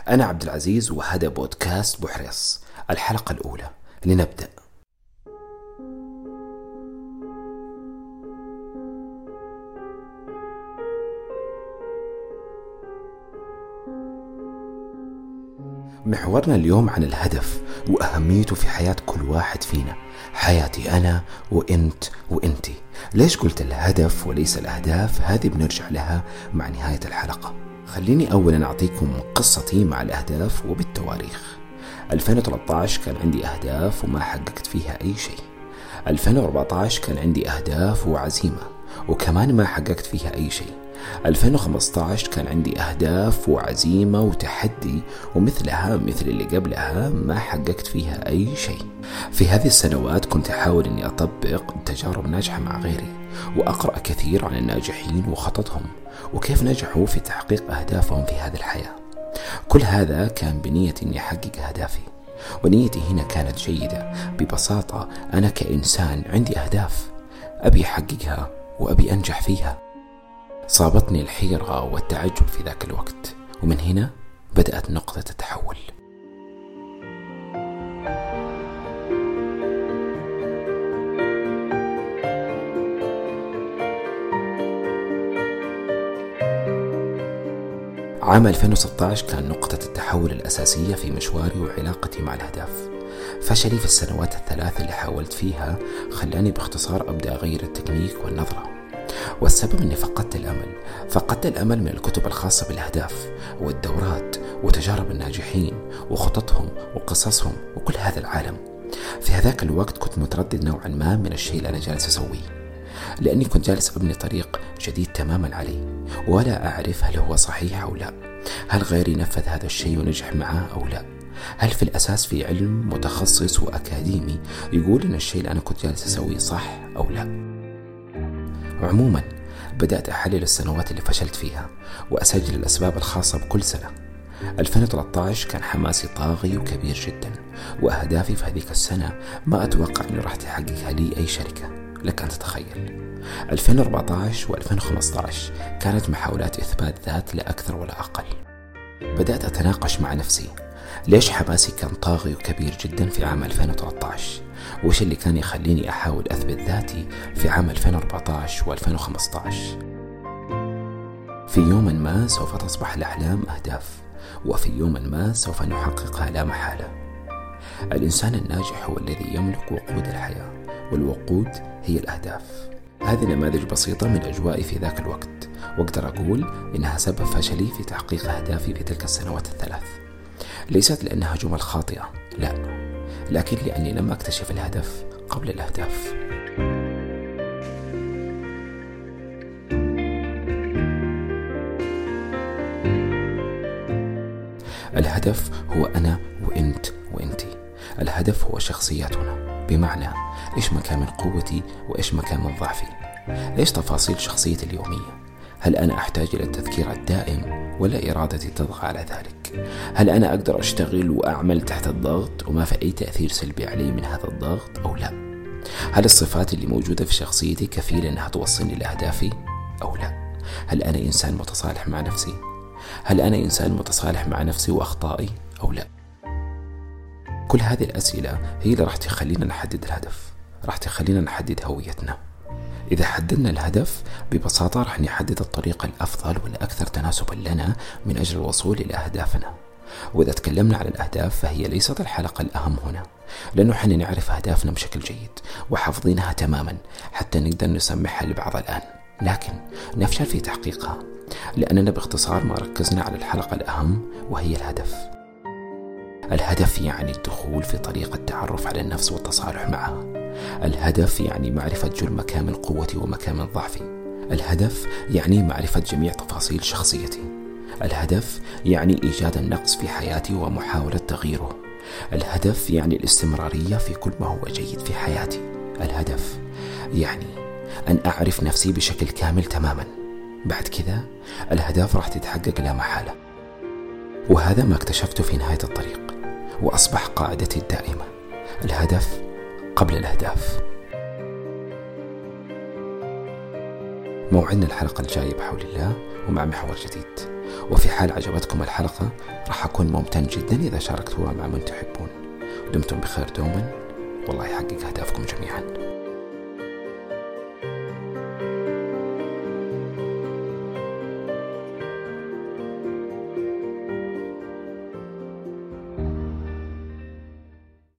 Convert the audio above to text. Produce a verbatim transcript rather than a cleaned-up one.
أنا عبد العزيز وهذا بودكاست بوحريص. الحلقة الأولى، لنبدأ. محورنا اليوم عن الهدف وأهميته في حياة كل واحد فينا، حياتي أنا وإنت وإنتي. ليش قلت الهدف وليس الأهداف؟ هذه بنرجع لها مع نهاية الحلقة. خليني أولا أعطيكم قصتي مع الأهداف وبالتواريخ. ألفين وثلاثة عشر كان عندي أهداف وما حققت فيها أي شيء. ألفين وأربعة عشر كان عندي أهداف وعزيمة وكمان ما حققت فيها أي شيء. ألفين وخمسة عشر كان عندي أهداف وعزيمة وتحدي ومثلها مثل اللي قبلها ما حققت فيها أي شيء. في هذه السنوات كنت أحاول أني أطبق تجارب ناجحة مع غيري وأقرأ كثير عن الناجحين وخططهم وكيف نجحوا في تحقيق أهدافهم في هذه الحياة. كل هذا كان بنية أني أحقق أهدافي، ونيتي هنا كانت جيدة. ببساطة أنا كإنسان عندي أهداف أبي أحققها وأبي أنجح فيها. صابتني الحيرة والتعجب في ذاك الوقت، ومن هنا بدأت نقطة التحول. عام ألفين وستة عشر كان نقطة التحول الأساسية في مشواري وعلاقتي مع الأهداف. فشلي في السنوات الثلاث اللي حاولت فيها خلاني باختصار أبدأ أغير التكنيك والنظرة، والسبب أني فقدت الأمل. فقدت الأمل من الكتب الخاصة بالأهداف والدورات وتجارب الناجحين وخططهم وقصصهم وكل هذا العالم. في هذاك الوقت كنت متردد نوعا ما من الشيء اللي أنا جالس أسويه، لأني كنت جالس أبني طريق جديد تماما علي ولا أعرف هل هو صحيح أو لا، هل غيري نفذ هذا الشيء ونجح معه أو لا، هل في الأساس في علم متخصص وأكاديمي يقول إن الشيء اللي أنا كنت جالس أسويه صح أو لا. عموما بدأت أحلل السنوات اللي فشلت فيها وأسجل الأسباب الخاصة بكل سنة. ألفين وثلاثة عشر كان حماسي طاغي وكبير جدا، وأهدافي في هذيك السنة ما أتوقع أنه راح تحققها لي أي شركة، لك أن تتخيل. ألفين وأربعة عشر وألفين وخمسة عشر كانت محاولات إثبات ذات لا أكثر ولا أقل. بدأت أتناقش مع نفسي، ليش حماسي كان طاغي وكبير جدا في عام ألفين وثلاثة عشر؟ وش اللي كان يخليني أحاول أثبت ذاتي في عام ألفين وأربعة عشر وألفين وخمسة عشر؟ في يوم ما سوف تصبح الأحلام أهداف، وفي يوم ما سوف نحققها لا محالة. الإنسان الناجح هو الذي يملك وقود الحياة، والوقود هي الأهداف. هذه نماذج بسيطة من أجوائي في ذاك الوقت، وأقدر أقول إنها سبب فشلي في تحقيق أهدافي في تلك السنوات الثلاث. ليست لأنها جمل خاطئة، لا، لكن لأني لم أكتشف الهدف قبل الأهداف. الهدف هو أنا وإنت وإنتي. الهدف هو شخصياتنا، بمعنى إيش مكان من قوتي وإيش مكان من ضعفي، إيش تفاصيل شخصيتي اليومية، هل أنا أحتاج إلى التذكير الدائم ولا إرادتي تطغى على ذلك، هل أنا أقدر أشتغل وأعمل تحت الضغط وما في أي تأثير سلبي علي من هذا الضغط أو لا، هل الصفات اللي موجودة في شخصيتي كفيلة أنها توصلني لأهدافي أو لا، هل أنا إنسان متصالح مع نفسي، هل أنا إنسان متصالح مع نفسي وأخطائي أو لا. كل هذه الأسئلة هي اللي راح تخلينا نحدد الهدف، راح تخلينا نحدد هويتنا. إذا حددنا الهدف ببساطة راح نحدد الطريقة الأفضل والأكثر تناسبا لنا من أجل الوصول إلى أهدافنا. وإذا تكلمنا عن الأهداف فهي ليست الحلقة الأهم هنا، لأنه حنا نعرف أهدافنا بشكل جيد وحافظينها تماما حتى نقدر نسمعها لبعض الآن، لكن نفشل في تحقيقها لأننا باختصار ما ركزنا على الحلقة الأهم وهي الهدف. الهدف يعني الدخول في طريق التعرف على النفس والتصالح معها. الهدف يعني معرفة جل مكامن قوتي ومكامن ضعفي. الهدف يعني معرفة جميع تفاصيل شخصيتي. الهدف يعني إيجاد النقص في حياتي ومحاولة تغييره. الهدف يعني الاستمرارية في كل ما هو جيد في حياتي. الهدف يعني أن أعرف نفسي بشكل كامل تماما. بعد كذا الأهداف راح تتحقق لا محالة، وهذا ما اكتشفته في نهاية الطريق وأصبح قاعدتي الدائمة: الهدف قبل الأهداف. موعدنا الحلقة الجاية بحول الله ومع محور جديد. وفي حال عجبتكم الحلقة راح أكون ممتن جدا إذا شاركتوها مع من تحبون. دمتم بخير دوما، والله يحقق أهدافكم جميعا.